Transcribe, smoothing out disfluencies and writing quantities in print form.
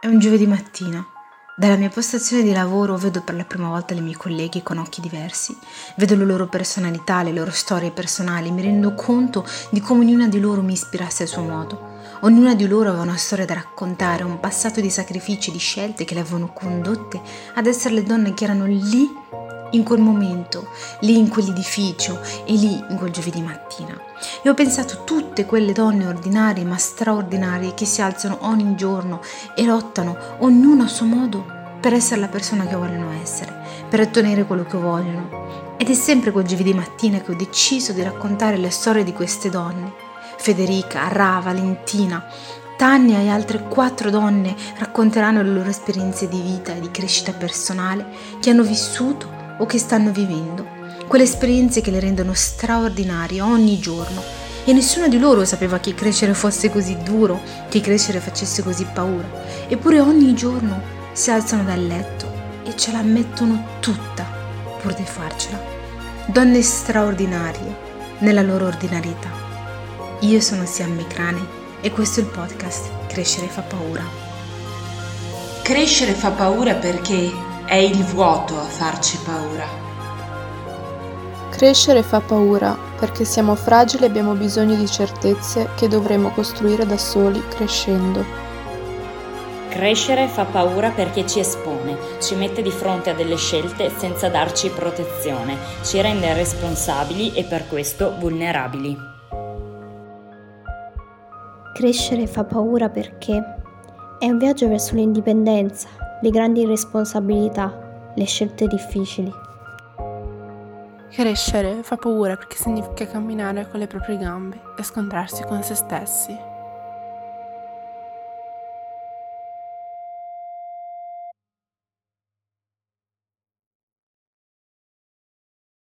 È un giovedì mattina. Dalla mia postazione di lavoro vedo per la prima volta le mie colleghe con occhi diversi. Vedo le loro personalità, le loro storie personali. Mi rendo conto di come ognuna di loro mi ispirasse al suo modo. Ognuna di loro aveva una storia da raccontare, un passato di sacrifici, di scelte che le avevano condotte ad essere le donne che erano lì in quel momento, lì in quell'edificio e lì in quel giovedì mattina. E ho pensato tutte quelle donne ordinarie ma straordinarie che si alzano ogni giorno e lottano, ognuna a suo modo, per essere la persona che vogliono essere, per ottenere quello che vogliono. Ed è sempre quel giovedì mattina che ho deciso di raccontare le storie di queste donne. Federica, Ra, Valentina, Tania e altre 4 donne racconteranno le loro esperienze di vita e di crescita personale che hanno vissuto o che stanno vivendo, quelle esperienze che le rendono straordinarie ogni giorno. E nessuno di loro sapeva che crescere fosse così duro, che crescere facesse così paura. Eppure ogni giorno si alzano dal letto e ce la mettono tutta pur di farcela. Donne straordinarie nella loro ordinarietà. Io sono Siam Mecrane e questo è il podcast Crescere fa paura. Crescere fa paura perché è il vuoto a farci paura. Crescere fa paura perché siamo fragili e abbiamo bisogno di certezze che dovremo costruire da soli crescendo. Crescere fa paura perché ci espone, ci mette di fronte a delle scelte senza darci protezione, ci rende responsabili e per questo vulnerabili. Crescere fa paura perché è un viaggio verso l'indipendenza, le grandi responsabilità, le scelte difficili. Crescere fa paura perché significa camminare con le proprie gambe e scontrarsi con se stessi.